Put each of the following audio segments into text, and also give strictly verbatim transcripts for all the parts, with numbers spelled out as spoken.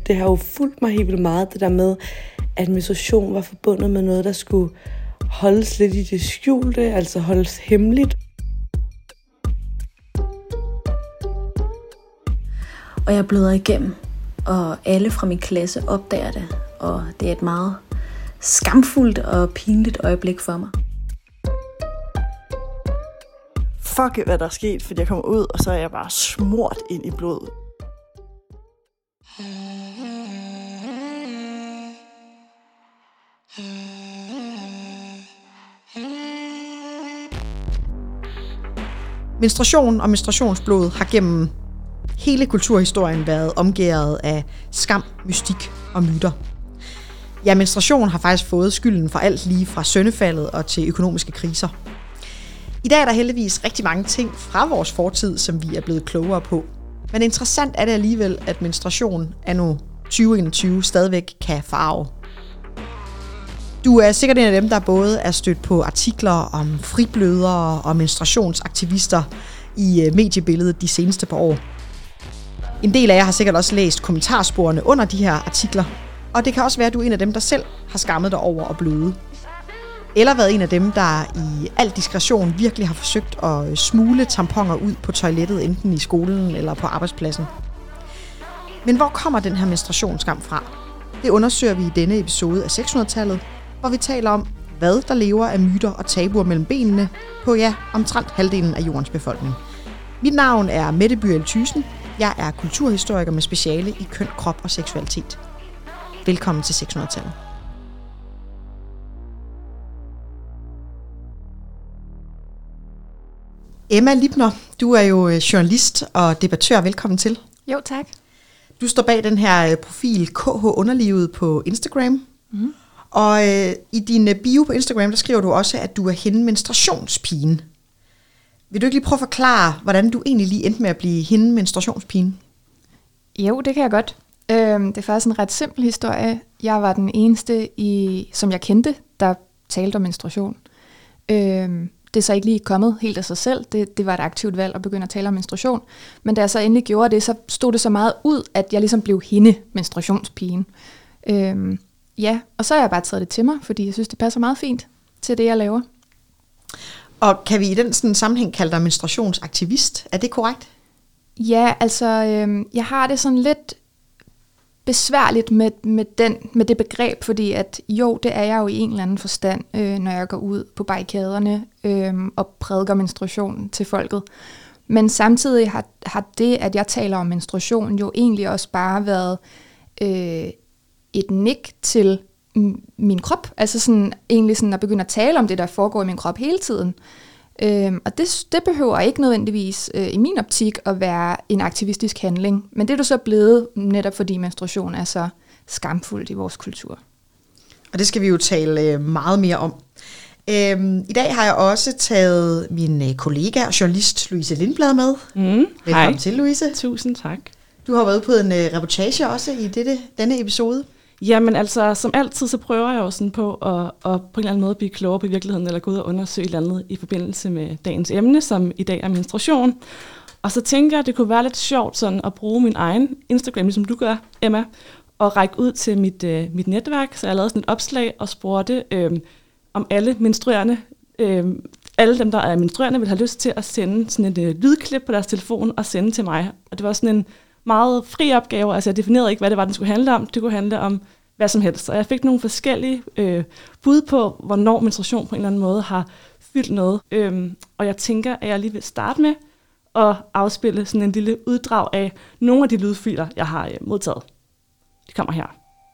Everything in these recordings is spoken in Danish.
det har jo fulgt mig helt vildt meget, det der med, at menstruation var forbundet med noget, der skulle holdes lidt i det skjulte, altså holdes hemmeligt. Og jeg bløder igennem, og alle fra min klasse opdager det, og det er et meget skamfuldt og pinligt øjeblik for mig. Fuck, hvad der er sket, fordi jeg kommer ud, og så er jeg bare smurt ind i blod. Menstruation og menstruationsblod har gennem hele kulturhistorien været omgærdet af skam, mystik og myter. Ja, menstruation har faktisk fået skylden for alt lige fra syndefaldet og til økonomiske kriser. I dag er der heldigvis rigtig mange ting fra vores fortid, som vi er blevet klogere på. Men interessant er det alligevel, at menstruation anno tyve enogtyve stadigvæk kan forarve. Du er sikkert en af dem, der både er stødt på artikler om friblødere og menstruationsaktivister i mediebilledet de seneste par år. En del af jer har sikkert også læst kommentarsporene under de her artikler, og det kan også være, at du er en af dem, der selv har skammet dig over at bløde. Eller været en af dem, der i al diskretion virkelig har forsøgt at smule tamponer ud på toilettet, enten i skolen eller på arbejdspladsen. Men hvor kommer den her menstruationsskam fra? Det undersøger vi i denne episode af seks hundrede-tallet, hvor vi taler om, hvad der lever af myter og tabuer mellem benene på, ja, omtrent halvdelen af jordens befolkning. Mit navn er Mette Byel Thyssen. Jeg er kulturhistoriker med speciale i køn, krop og seksualitet. Velkommen til seks hundrede-tallet. Emma Libner, du er jo journalist og debattør. Velkommen til. Jo, tak. Du står bag den her profil K H Underlivet på Instagram. Mm. Og øh, i din bio på Instagram, der skriver du også, at du er hende menstruationspigen. Vil du ikke lige prøve at forklare, hvordan du egentlig lige endte med at blive hende menstruationspigen? Jo, det kan jeg godt. Øhm, det er faktisk en ret simpel historie. Jeg var den eneste, i, som jeg kendte, der talte om menstruation. Øhm, det er så ikke lige kommet helt af sig selv. Det, det var et aktivt valg at begynde at tale om menstruation. Men da jeg så endelig gjorde det, så stod det så meget ud, at jeg ligesom blev hende menstruationspigen. Øhm, ja, og så har jeg bare taget det til mig, fordi jeg synes, det passer meget fint til det, jeg laver. Og kan vi i den sådan sammenhæng kalde dig menstruationsaktivist? Er det korrekt? Ja, altså, øh, jeg har det sådan lidt besværligt med, med, den, med det begreb, fordi at jo, det er jeg jo i en eller anden forstand, øh, når jeg går ud på barrikaderne øh, og prædiker menstruation til folket. Men samtidig har, har det, at jeg taler om menstruation, jo egentlig også bare været øh, et nik til min krop, altså sådan, egentlig sådan at begynde at tale om det, der foregår i min krop hele tiden. Øhm, og det, det behøver ikke nødvendigvis øh, i min optik at være en aktivistisk handling, men det er du så blevet, netop fordi menstruation er så skamfuldt i vores kultur. Og det skal vi jo tale øh, meget mere om. Øhm, I dag har jeg også taget min øh, kollega og journalist Louise Lindblad med. Mm, Velkommen hej. til, Louise. Tusind tak. Du har været på en øh, reportage også i dette, denne episode. Jamen altså, som altid, så prøver jeg jo sådan på at, at på en eller anden måde blive klogere på virkeligheden, eller gå ud og undersøge et eller andet i forbindelse med dagens emne, som i dag er menstruation. Og så tænker jeg, at det kunne være lidt sjovt sådan at bruge min egen Instagram, ligesom du gør, Emma, og række ud til mit, øh, mit netværk. Så jeg lavede sådan et opslag og spurgte, øh, om alle menstruerende, øh, alle dem, der er menstruerende, vil have lyst til at sende sådan et øh, lydklip på deres telefon og sende til mig. Og det var sådan en meget fri opgave, altså jeg definerede ikke, hvad det var, den skulle handle om. Det kunne handle om hvad som helst. Og jeg fik nogle forskellige øh, bud på, hvornår menstruation på en eller anden måde har fyldt noget. Øhm, og jeg tænker, at jeg lige vil starte med at afspille sådan en lille uddrag af nogle af de lydfiler, jeg har øh, modtaget. De kommer her.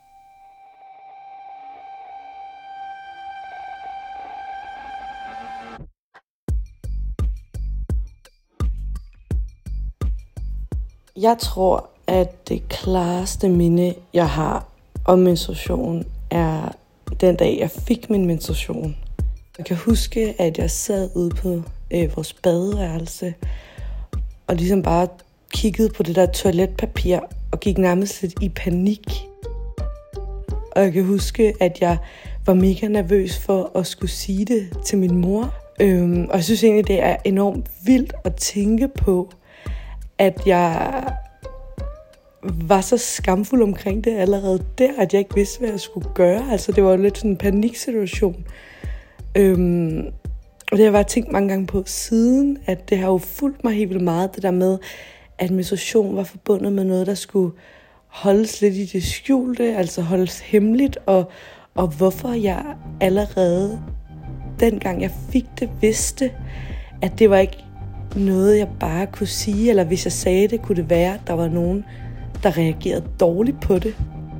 Jeg tror, at det klareste minde, jeg har om menstruation, er den dag, jeg fik min menstruation. Jeg kan huske, at jeg sad ude på øh, vores badeværelse, og ligesom bare kiggede på det der toiletpapir, og gik nærmest lidt i panik. Og jeg kan huske, at jeg var mega nervøs for at skulle sige det til min mor. Øhm, og jeg synes egentlig, det er enormt vildt at tænke på, at jeg var så skamfuld omkring det allerede der, at jeg ikke vidste, hvad jeg skulle gøre. Altså, det var lidt sådan en paniksituation. Øhm, og det har jeg bare tænkt mange gange på siden, at det har jo fulgt mig helt vildt meget, det der med, at menstruation var forbundet med noget, der skulle holdes lidt i det skjulte, altså holdes hemmeligt, og, og hvorfor jeg allerede, dengang jeg fik det, vidste, at det var ikke noget, jeg bare kunne sige, eller hvis jeg sagde det, kunne det være, at der var nogen, der reagerede dårligt på det.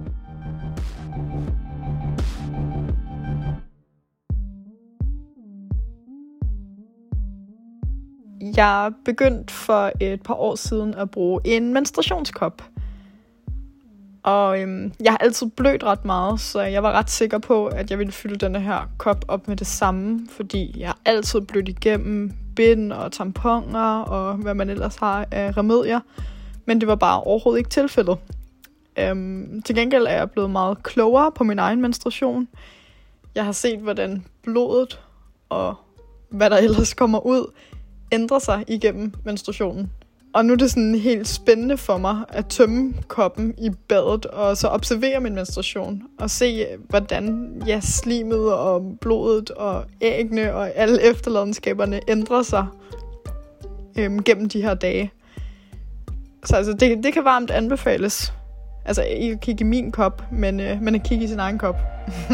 Jeg begyndte for et par år siden at bruge en menstruationskop. Og øhm, jeg har altid blødt ret meget, så jeg var ret sikker på, at jeg ville fylde denne her kop op med det samme, fordi jeg har altid blødt igennem bind og tamponer og hvad man ellers har af remedier. Men det var bare overhovedet ikke tilfældet. Øhm, til gengæld er jeg blevet meget klogere på min egen menstruation. Jeg har set, hvordan blodet og hvad der ellers kommer ud, ændrer sig igennem menstruationen. Og nu er det sådan helt spændende for mig at tømme koppen i badet og så observere min menstruation og se, hvordan ja, slimet og blodet og æggene og alle efterladenskaberne ændrer sig øhm, gennem de her dage. Så altså, det, det kan varmt anbefales. Altså ikke at kigge i min kop, men, øh, men at kigge i sin egen kop.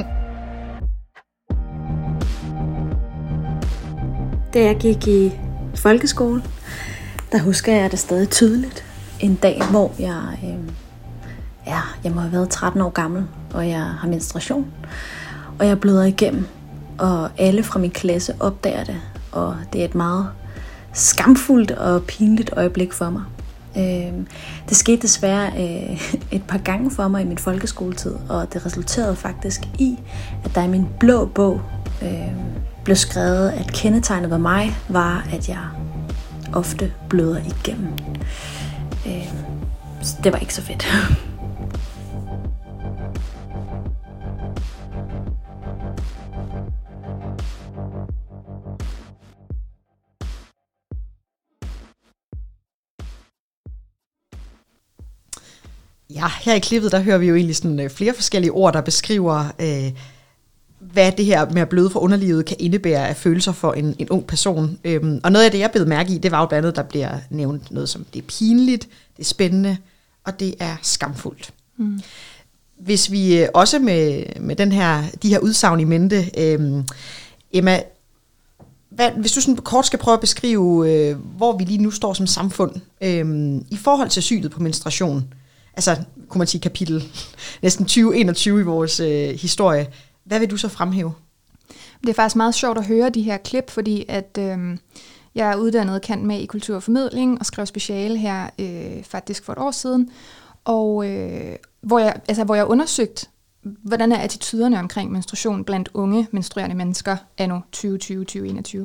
Da jeg gik i folkeskole, der husker jeg det stadig tydeligt. En dag, hvor jeg, øh, ja, jeg må have været tretten år gammel, og jeg har menstruation. Og jeg bløder igennem, og alle fra min klasse opdager det. Og det er et meget skamfuldt og pinligt øjeblik for mig. Øh, det skete desværre øh, et par gange for mig i min folkeskoletid, og det resulterede faktisk i, at der i min blå bog øh, blev skrevet, at kendetegnet ved mig var, at jeg ofte bløder igennem. Øh, det var ikke så fedt. Ja, her i klippet, der hører vi jo egentlig sådan øh, flere forskellige ord, der beskriver, øh, hvad det her med at bløde fra underlivet kan indebære af følelser for en, en ung person. Øhm, og noget af det, jeg blev mærke i, det var jo blandt andet, der bliver nævnt noget som, det er pinligt, det er spændende, og det er skamfuldt. Mm. Hvis vi øh, også med, med den her, de her udsagn i mente, øh, Emma, hvad, hvis du sådan kort skal prøve at beskrive, øh, hvor vi lige nu står som samfund, øh, i forhold til synet på menstruation, altså, kunne man sige, kapitel næsten tyve enogtyve i vores øh, historie. Hvad vil du så fremhæve? Det er faktisk meget sjovt at høre de her klip, fordi at øh, jeg er uddannet kendt med i kultur og formidling og skrev speciale her øh, faktisk for et år siden, og øh, hvor jeg altså hvor jeg undersøgte, hvordan er attityderne omkring menstruation blandt unge menstruerende mennesker anno tyve tyve til tyve enogtyve.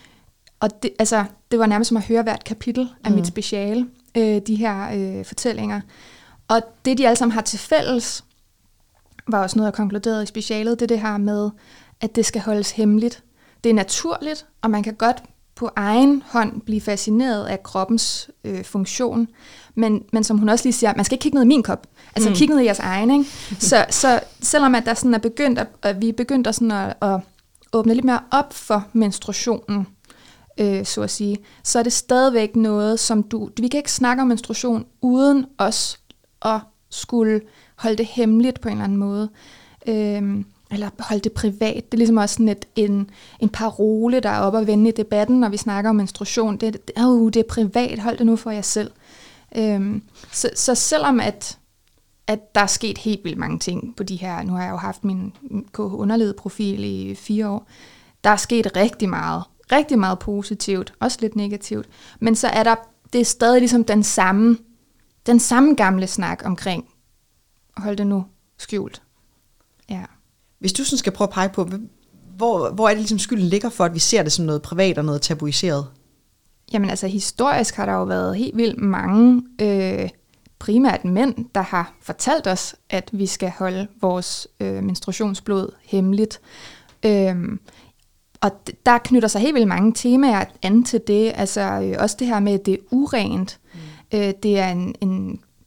Og det, altså, det var nærmest som at høre hvert kapitel af mm. mit speciale, øh, de her øh, fortællinger. Og det, de alle sammen har til fælles, var også noget, jeg konkluderede i specialet, det er det her med, at det skal holdes hemmeligt. Det er naturligt, og man kan godt på egen hånd blive fascineret af kroppens øh, funktion, men, men som hun også lige siger, man skal ikke kigge ned i min kop, altså mm. kigge ned i jeres egen, ikke? Så, så selvom at der sådan er begyndt at, at vi er begyndt at, sådan at, at åbne lidt mere op for menstruationen, øh, så at sige, så er det stadigvæk noget, som du, vi kan ikke snakke om menstruation uden os at skulle holde det hemmeligt på en eller anden måde. Øhm, eller holde det privat. Det er ligesom også sådan et, en, en parole, der er oppe at vende i debatten, når vi snakker om menstruation. Det, det, uh, det er privat, hold det nu for jer selv. Øhm, så, så selvom at, at der er sket helt vildt mange ting på de her, nu har jeg jo haft min K H-underledet-profil i fire år, der er sket rigtig meget. Rigtig meget positivt, også lidt negativt. Men så er der, det er stadig ligesom den samme, den samme gamle snak omkring, hold det nu skjult. Ja. Hvis du sådan skal prøve at pege på, hvor, hvor er det ligesom skylden ligger for, at vi ser det som noget privat og noget tabuiseret? Jamen altså historisk har der jo været helt vildt mange, øh, primært mænd, der har fortalt os, at vi skal holde vores øh, menstruationsblod hemmeligt. Øhm, og d- der knytter sig helt vildt mange temaer an til det. Altså øh, også det her med, at det er urent. Mm. Øh, det er en, en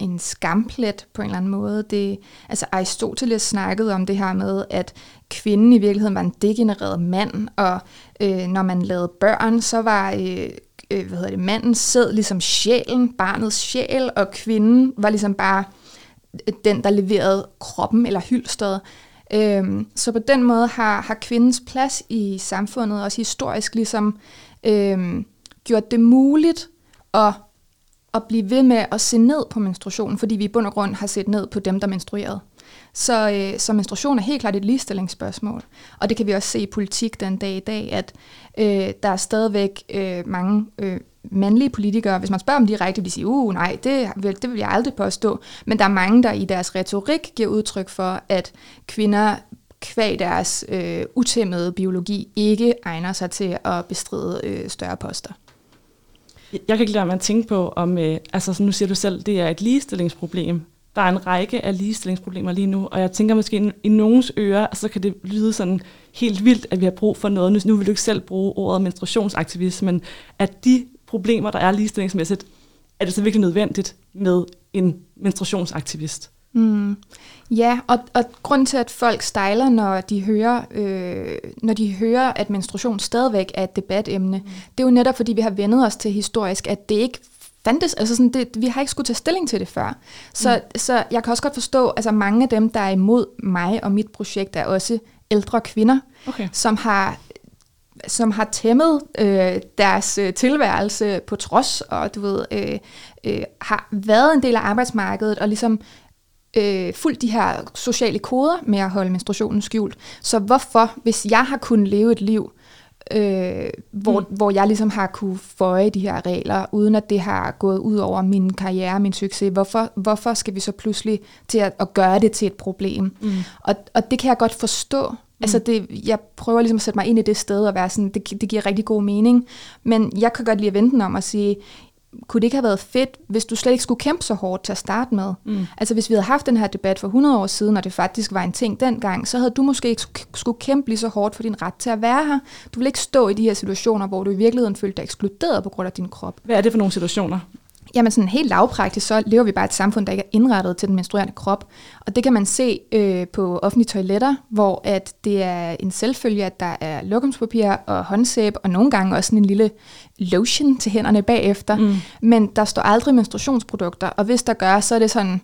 en skamplet på en eller anden måde. Det, altså Aristoteles snakkede om det her med, at kvinden i virkeligheden var en degenereret mand, og øh, når man lavede børn, så var øh, øh, hvad hedder det, mandens sæd ligesom sjælen, barnets sjæl, og kvinden var ligesom bare den, der leverede kroppen eller hylstret. Øhm, så på den måde har, har kvindens plads i samfundet også historisk ligesom øhm, gjort det muligt at, at blive ved med at se ned på menstruation, fordi vi i bund og grund har set ned på dem, der menstruerede. Så, øh, så menstruation er helt klart et ligestillingsspørgsmål, og det kan vi også se i politik den dag i dag, at øh, der er stadigvæk øh, mange øh, mandlige politikere, hvis man spørger dem direkte, vil de sige, uh nej, det vil, det vil jeg aldrig påstå, men der er mange, der i deres retorik giver udtryk for, at kvinder kvad deres øh, utæmmede biologi ikke egner sig til at bestride øh, større poster. Jeg kan ikke lade mig at tænke på, om, øh, altså nu siger du selv, det er et ligestillingsproblem. Der er en række af ligestillingsproblemer lige nu, og jeg tænker måske i, i nogens ører, så kan det lyde sådan helt vildt, at vi har brug for noget. Nu, nu vil du ikke selv bruge ordet menstruationsaktivist, men at de problemer, der er ligestillingsmæssigt, er det så virkelig nødvendigt med en menstruationsaktivist? Mm. Ja, og, og grunden til, at folk stejler, når de hører, øh, når de hører, at menstruation stadigvæk er et debatemne, mm. det er jo netop, fordi vi har vendet os til historisk, at det ikke fandtes, altså sådan, det, vi har ikke skulle tage stilling til det før. Så, mm. så jeg kan også godt forstå, altså mange af dem, der er imod mig og mit projekt, er også ældre kvinder, okay. som har som har tæmmet øh, deres øh, tilværelse på trods, og du ved, øh, øh, har været en del af arbejdsmarkedet, og ligesom øh, fulgt de her sociale koder med at holde menstruationen skjult. Så hvorfor, hvis jeg har kunnet leve et liv, øh, hvor, mm. hvor jeg ligesom har kunne føje de her regler, uden at det har gået ud over min karriere, min succes, hvorfor, hvorfor skal vi så pludselig til at, at gøre det til et problem? Mm. Og, og det kan jeg godt forstå. Mm. Altså det, jeg prøver ligesom at sætte mig ind i det sted og være sådan, det, det giver rigtig god mening. Men jeg kan godt lide at vente den om at sige, kunne det ikke have været fedt, hvis du slet ikke skulle kæmpe så hårdt til at starte med? Mm. Altså hvis vi havde haft den her debat for hundrede år siden, og det faktisk var en ting dengang, så havde du måske ikke skulle kæmpe lige så hårdt for din ret til at være her. Du ville ikke stå i de her situationer, hvor du i virkeligheden følte dig ekskluderet på grund af din krop. Hvad er det for nogle situationer? Jamen sådan helt lavpraktisk, så lever vi bare i et samfund, der ikke er indrettet til den menstruerende krop. Og det kan man se øh, på offentlige toiletter, hvor at det er en selvfølge, at der er lokumspapir og håndsæbe, og nogle gange også sådan en lille lotion til hænderne bagefter. Mm. Men der står aldrig menstruationsprodukter, og hvis der gør, så er det sådan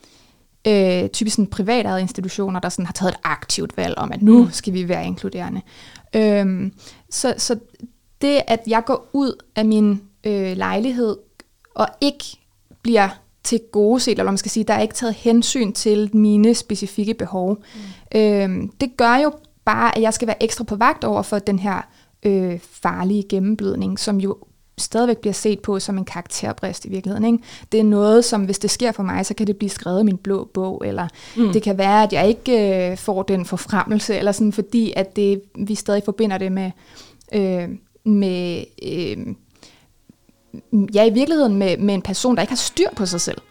øh, typisk sådan privatejede institutioner, der sådan har taget et aktivt valg om, at nu skal vi være inkluderende. Øhm, så, så det, at jeg går ud af min øh, lejlighed, og ikke bliver til gode set, eller man skal sige, der er ikke taget hensyn til mine specifikke behov. Mm. Øhm, det gør jo bare, at jeg skal være ekstra på vagt over for den her øh, farlige gennemblødning, som jo stadigvæk bliver set på som en karakterbrist i virkeligheden. Ikke? Det er noget, som hvis det sker for mig, så kan det blive skrevet i min blå bog, eller mm. det kan være, at jeg ikke øh, får den forfremmelse, eller sådan, fordi at det, vi stadig forbinder det med... Øh, med øh, ja, i virkeligheden med, med en person, der ikke har styr på sig selv.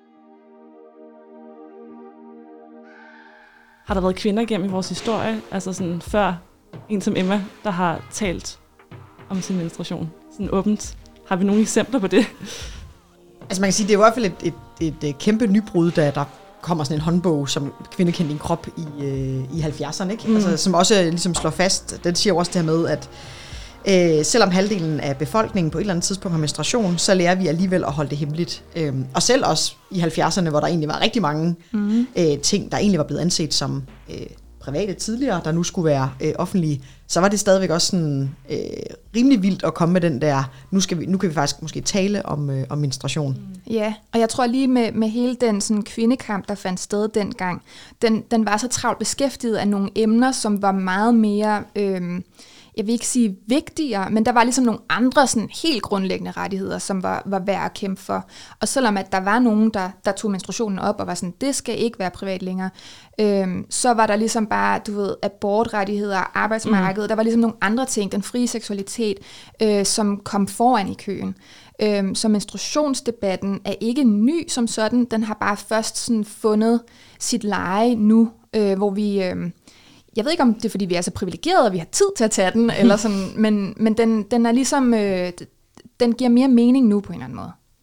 Har der været kvinder igennem i vores historie, altså sådan før en som Emma, der har talt om sin menstruation, sådan åbent? Har vi nogle eksempler på det? Altså man kan sige, det er i hvert fald et, et, et, et kæmpe nybrud, da der kommer sådan en håndbog, som Kvinde kendte din krop i, øh, i halvfjerdserne, ikke? Mm. Altså, som også ligesom slår fast, den siger også det her med, at Øh, selvom halvdelen af befolkningen på et eller andet tidspunkt har menstruation, så lærer vi alligevel at holde det hemmeligt. Øh, og selv også i halvfjerdserne, hvor der egentlig var rigtig mange mm. øh, ting, der egentlig var blevet anset som øh, private tidligere, der nu skulle være øh, offentlige, så var det stadigvæk også sådan øh, rimelig vildt at komme med den der, nu, skal vi, nu kan vi faktisk måske tale om, øh, om menstruation. Mm. Ja, og jeg tror lige med, med hele den sådan, kvindekamp, der fandt sted dengang, den, den var så travlt beskæftiget af nogle emner, som var meget mere... Øh, jeg vil ikke sige vigtigere, men der var ligesom nogle andre sådan helt grundlæggende rettigheder, som var, var værd at kæmpe for. Og selvom at der var nogen, der, der tog menstruationen op og var sådan, det skal ikke være privat længere, øhm, så var der ligesom bare, du ved, abortrettigheder, arbejdsmarkedet, mm. der var ligesom nogle andre ting, den frie seksualitet, øh, som kom foran i køen. Øhm, så menstruationsdebatten er ikke ny som sådan, den har bare først sådan fundet sit leje nu, øh, hvor vi... Øh, Jeg ved ikke, om det er, fordi vi er så privilegerede, og vi har tid til at tage den, eller sådan, men, men den, den er ligesom, øh, den giver mere mening nu på en eller anden måde.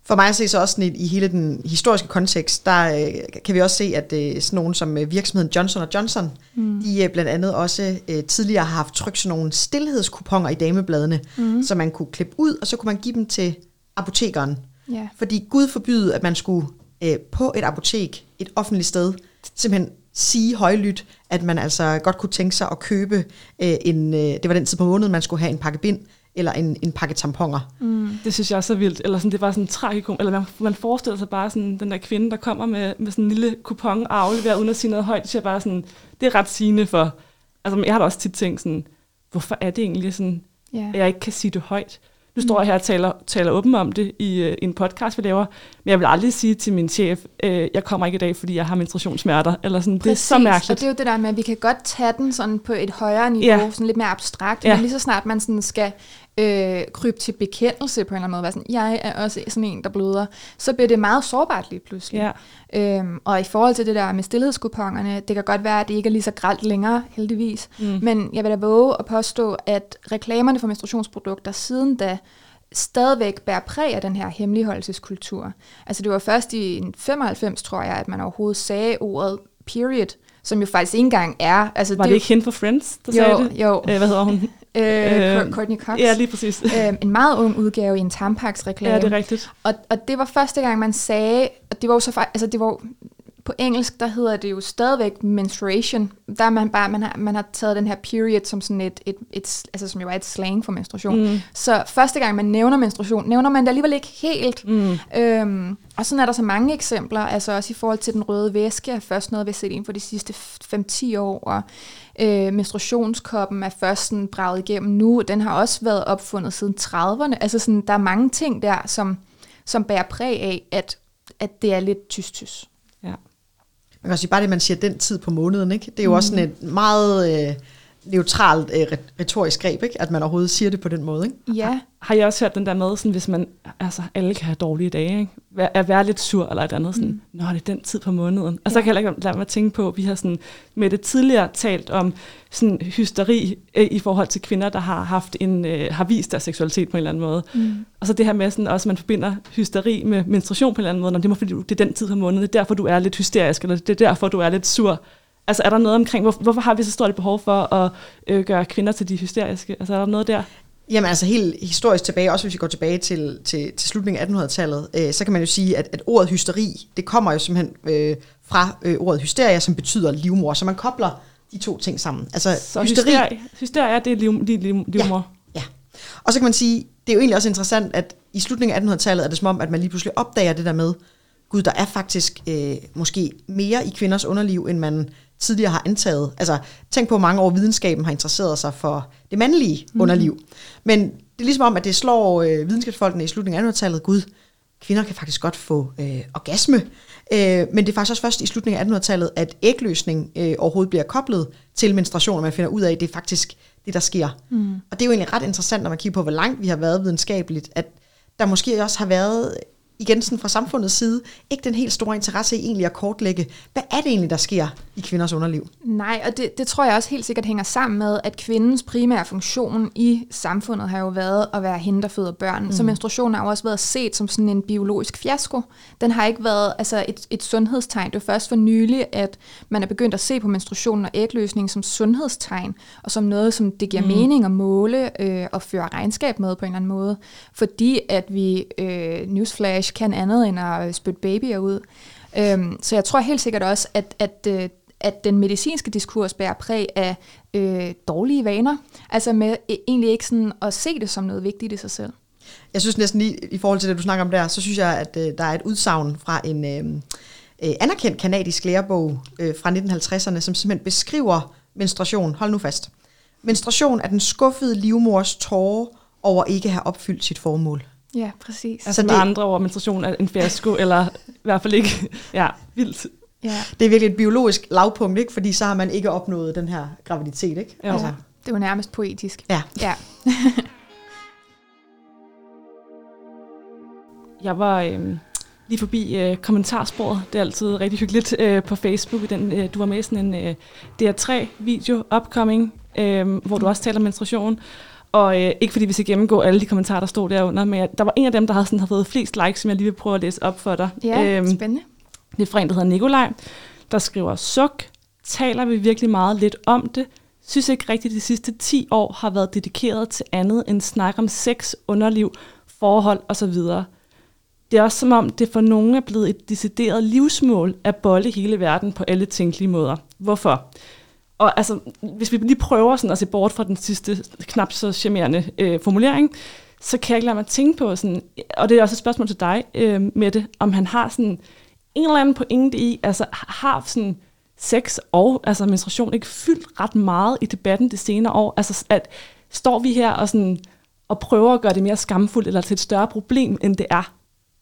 For mig at se så også sådan, i hele den historiske kontekst, der øh, kan vi også se, at øh, sådan nogen som øh, virksomheden Johnson og Johnson, mm. de øh, blandt andet også øh, tidligere har haft trykt sådan nogle stillhedskuponer i damebladene, mm. så man kunne klippe ud, og så kunne man give dem til apotekeren. Yeah. Fordi Gud forbyde, at man skulle øh, på et apotek, et offentligt sted, simpelthen sige højlydt, at man altså godt kunne tænke sig at købe øh, en, øh, det var den tid på måneden, man skulle have en pakke bind, eller en, en pakke tamponer. Mm. Det synes jeg er så vildt. Eller sådan, det var sådan en tragikum. Eller man, man forestiller sig bare sådan, den der kvinde, der kommer med, med sådan en lille kupon og afleverer uden at sige noget højt. Det er bare sådan, det er ret sigende for... Altså, jeg har da også tit tænkt sådan, hvorfor er det egentlig sådan, yeah. at jeg ikke kan sige det højt? Nu står jeg her og taler, taler åben om det i, uh, i en podcast, vi laver, men jeg vil aldrig sige til min chef, øh, jeg kommer ikke i dag, fordi jeg har menstruationssmerter. Eller sådan. Det er så mærkeligt. Og det er jo det der med, at vi kan godt tage den sådan på et højere niveau, yeah. sådan lidt mere abstrakt, yeah. men lige så snart man sådan skal øh, krybe til bekendelse på en eller anden måde, være sådan, jeg er også sådan en, der bløder, så bliver det meget sårbart lige pludselig. Yeah. Øhm, og i forhold til det der med stillhedskuponerne, det kan godt være, at det ikke er lige så grelt længere, heldigvis, mm. men jeg vil da våge at påstå, at reklamerne for menstruationsprodukter siden da stadigvæk bærer præg af den her hemmeligholdelseskultur. Altså det var først i femoghalvfems, tror jeg, at man overhovedet sagde ordet period, som jo faktisk ikke engang er... Altså, var det, det ikke hende fra Friends, der jo, sagde det? Jo, Æh, hvad hedder hun? Øh, Courtney Cox. Ja, lige præcis. Øh, en meget ung udgave i en Tampax-reklame. Ja, det er rigtigt. Og, og det var første gang, man sagde... Og det var jo så faktisk... Altså det var på engelsk, der hedder det jo stadigvæk menstruation. Der er man bare, man har, man har taget den her period som sådan et, et, et altså som jo er et slang for menstruation. Mm. Så første gang, man nævner menstruation, nævner man det alligevel ikke helt. Mm. Øhm, og sådan er der så mange eksempler, altså også i forhold til den røde væske, er først noget, vi har set inden for de sidste fem til ti år, og øh, menstruationskoppen er først sådan braget igennem nu. Den har også været opfundet siden trediverne. Altså sådan, der er mange ting der, som, som bærer præg af, at, at det er lidt tys-tys. Ja. Man kan også sige, bare det, man siger den tid på måneden, ikke? Det er jo mm. også sådan et meget øh, neutralt øh, retorisk greb, ikke? At man overhovedet siger det på den måde, ikke? Ja. Har, har jeg også hørt den der med, sådan, hvis man, altså alle kan have dårlige dage, ikke? Vær, at være lidt sur eller et andet, sådan, mm. nå, det er den tid på måneden. Og så ja. kan jeg heller ikke lade mig at tænke på, at vi har sådan, med det tidligere talt om sådan hysteri øh, i forhold til kvinder, der har haft en, øh, har vist deres seksualitet på en eller anden måde. Mm. Og så det her med, sådan, også, at man forbinder hysteri med menstruation på en eller anden måde. Nå, det må fordi, det er den tid på måneden, det er derfor, du er lidt hysterisk, eller det er derfor, du er lidt sur. Altså er der noget omkring, hvor, hvorfor har vi så stort et behov for at øh, gøre kvinder til de hysteriske? Altså er der noget der? Jamen altså helt historisk tilbage, også hvis vi går tilbage til, til, til slutningen af attenhundredetallet, øh, så kan man jo sige, at, at ordet hysteri, det kommer jo simpelthen øh, fra øh, ordet hysteria, som betyder livmor, så man kobler de to ting sammen. Altså så hysteri, hysteria, det er liv, liv, liv, livmor? Ja, ja. Og så kan man sige, det er jo egentlig også interessant, at i slutningen af attenhundredetallet er det som om, at man lige pludselig opdager det der med, gud, der er faktisk øh, måske mere i kvinders underliv, end man tidligere har antaget. Altså, tænk på, hvor mange år videnskaben har interesseret sig for det mandlige mm. underliv. Men det er ligesom om, at det slår øh, videnskabsfolkene i slutningen af attenhundredetallet, gud, kvinder kan faktisk godt få øh, orgasme. Øh, men det er faktisk også først i slutningen af attenhundredetallet, at ægløsning øh, overhovedet bliver koblet til menstruation, og man finder ud af, at det er faktisk det, der sker. Mm. Og det er jo egentlig ret interessant, når man kigger på, hvor langt vi har været videnskabeligt, at der måske også har været igen sådan fra samfundets side, ikke den helt store interesse i egentlig at kortlægge, hvad er det egentlig, der sker i kvinders underliv? Nej, og det, det tror jeg også helt sikkert hænger sammen med, at kvindens primære funktion i samfundet har jo været at være hende, der føder børn. Mm. Så menstruation har jo også været set som sådan en biologisk fiasko. Den har ikke været altså et, et sundhedstegn. Det er først for nylig, at man er begyndt at se på menstruation og ægløsning som sundhedstegn, og som noget, som det giver mm. mening at måle øh, og føre regnskab med på en eller anden måde. Fordi at vi, øh, newsflash, kan andet end at spytte babyer ud. Øhm, så jeg tror helt sikkert også, at, at, at den medicinske diskurs bærer præg af øh, dårlige vaner. Altså med egentlig ikke sådan at se det som noget vigtigt i sig selv. Jeg synes næsten lige, i forhold til det, du snakker om der, så synes jeg, at øh, der er et udsagn fra en øh, øh, anerkendt kanadisk lærebog øh, fra nitten halvtredserne, som simpelthen beskriver menstruation. Hold nu fast. Menstruation er den skuffede livmors tåre over ikke at have opfyldt sit formål. Ja, præcis. Altså så med det, andre ord, menstruation er en fiasko, eller i hvert fald ikke, ja, vildt. Ja. Det er virkelig et biologisk lavpunkt, ikke? Fordi så har man ikke opnået den her graviditet, ikke? Ja. Altså. Det er jo nærmest poetisk. Ja. ja. Jeg var øh, lige forbi øh, kommentarsporet. Det er altid rigtig hyggeligt øh, på Facebook. Den, øh, du var med i sådan en øh, D R tre video, Upcoming, øh, hvor du også taler om menstruation. Og øh, ikke fordi vi skal gennemgå alle de kommentarer, der stod derunder, men der var en af dem, der havde, sådan, havde fået flest likes, som jeg lige vil prøve at læse op for dig. Ja, øhm, spændende. Det er fra en, der hedder Nikolaj, der skriver, suk, taler vi virkelig meget lidt om det. Synes ikke rigtigt, at de sidste ti år har været dedikeret til andet end snak om sex, underliv, forhold osv. Det er også som om, det for nogen er blevet et decideret livsmål at bolle hele verden på alle tænkelige måder. Hvorfor? Og altså, hvis vi lige prøver sådan at se bort fra den sidste knap så charmerende øh, formulering, så kan jeg ikke lade mig tænke på, sådan, og det er også et spørgsmål til dig, øh, Mette, om han har sådan en eller anden pointe i, altså har sådan sex og altså menstruation ikke fyldt ret meget i debatten de senere år? Altså, at står vi her og, sådan, og prøver at gøre det mere skamfuldt eller til et større problem, end det er?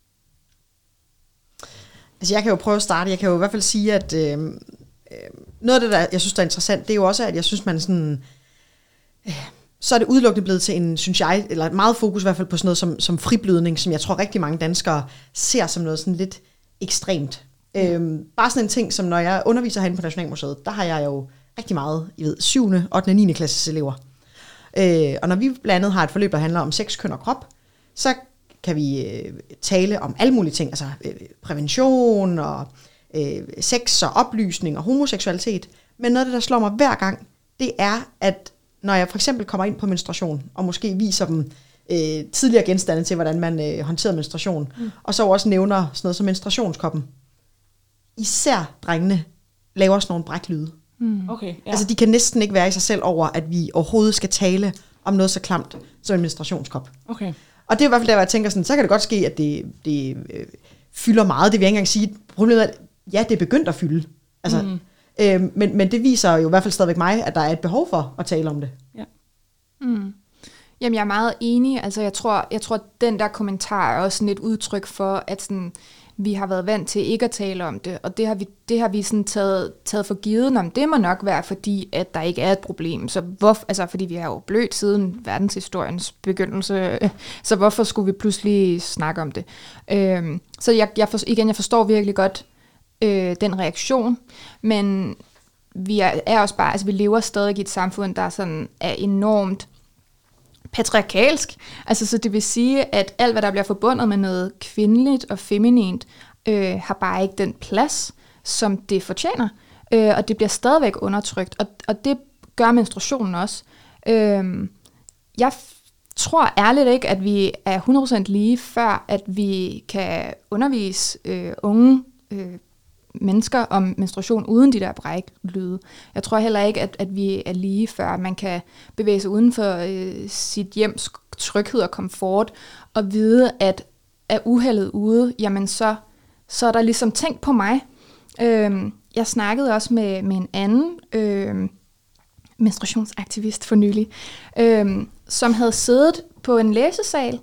Altså, jeg kan jo prøve at starte. Jeg kan jo i hvert fald sige, at øh, noget af det, der jeg synes, der er interessant, det er jo også, at jeg synes, man sådan... Øh, så er det udelukkende blevet til en, synes jeg, eller meget fokus i hvert fald på sådan noget som, som friblødning, som jeg tror rigtig mange danskere ser som noget sådan lidt ekstremt. Mm. Øhm, bare sådan en ting, som når jeg underviser herinde på Nationalmuseet, der har jeg jo rigtig meget, I ved, syvende, ottende og niende klasses elever. Øh, og når vi blandt andet har et forløb, der handler om sex, køn og krop, så kan vi øh, tale om alle mulige ting, altså øh, prævention og øh, sex og oplysning og homoseksualitet. Men noget af det, der slår mig hver gang, det er, at når jeg for eksempel kommer ind på menstruation, og måske viser dem øh, tidligere genstande til, hvordan man øh, håndterer menstruation, mm. og så også nævner sådan noget som menstruationskoppen. Især drengene laver sådan nogle bræklyde. Mm. Okay, ja. Altså de kan næsten ikke være i sig selv over, at vi overhovedet skal tale om noget så klamt som en menstruationskop. Okay. Og det er i hvert fald der, hvor jeg tænker sådan, så kan det godt ske, at det, det øh, fylder meget. Det vil jeg ikke engang sige. Problemet er, at ja, det er begyndt at fylde. Altså, mm. øh, men, men det viser jo i hvert fald stadigvæk mig, at der er et behov for at tale om det. Ja. Mm. Jamen, jeg er meget enig. Altså, jeg tror, jeg tror, at den der kommentar er også sådan et udtryk for, at sådan, vi har været vant til ikke at tale om det, og det har vi, det har vi sådan taget, taget for givet, om det må nok være, fordi at der ikke er et problem. Så hvorfor, altså, fordi vi har jo blødt siden verdenshistoriens begyndelse, så hvorfor skulle vi pludselig snakke om det? Øhm, så jeg, jeg for, igen, jeg forstår virkelig godt øh, den reaktion, men vi er, er også bare, altså vi lever stadig i et samfund, der sådan er enormt patriarkalsk. Altså, så det vil sige, at alt, hvad der bliver forbundet med noget kvindeligt og feminint, øh, har bare ikke den plads, som det fortjener. Øh, og det bliver stadigvæk undertrykt. Og, og det gør menstruationen også. Øh, jeg f- tror ærligt ikke, at vi er hundrede procent lige, før at vi kan undervise øh, unge øh, mennesker om menstruation uden de der bræklyde. Jeg tror heller ikke, at, at vi er lige før man kan bevæge sig uden for øh, sit hjems tryghed og komfort og vide, at er uheldet ude, jamen så, så er der ligesom tænkt på mig. Øhm, jeg snakkede også med, med en anden øh, menstruationsaktivist for nylig, øh, som havde siddet på en læsesal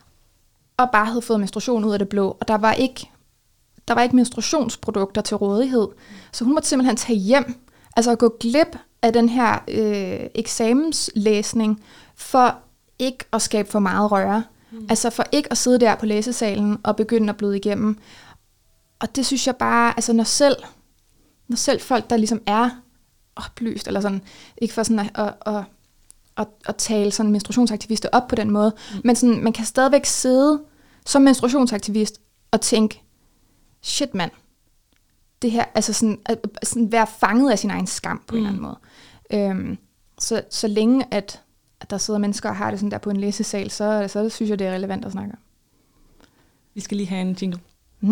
og bare havde fået menstruation ud af det blå, og der var ikke Der var ikke menstruationsprodukter til rådighed. Så hun måtte simpelthen tage hjem, altså gå glip af den her øh, eksamenslæsning, for ikke at skabe for meget røre. Mm. Altså for ikke at sidde der på læsesalen og begynde at bløde igennem. Og det synes jeg bare, altså når selv, når selv folk, der ligesom er oplyst, eller sådan, ikke for sådan at, at, at, at, at tale sådan menstruationsaktivister op på den måde, mm. men sådan, man kan stadigvæk sidde som menstruationsaktivist og tænke, shit mand, det her, altså sådan, at, sådan være fanget af sin egen skam på mm. en eller anden måde. Øhm, så, så længe at, at der sidder mennesker og har det sådan der på en læsesal, så, så synes jeg, det er relevant at snakke om. Vi skal lige have en jingle. Mm.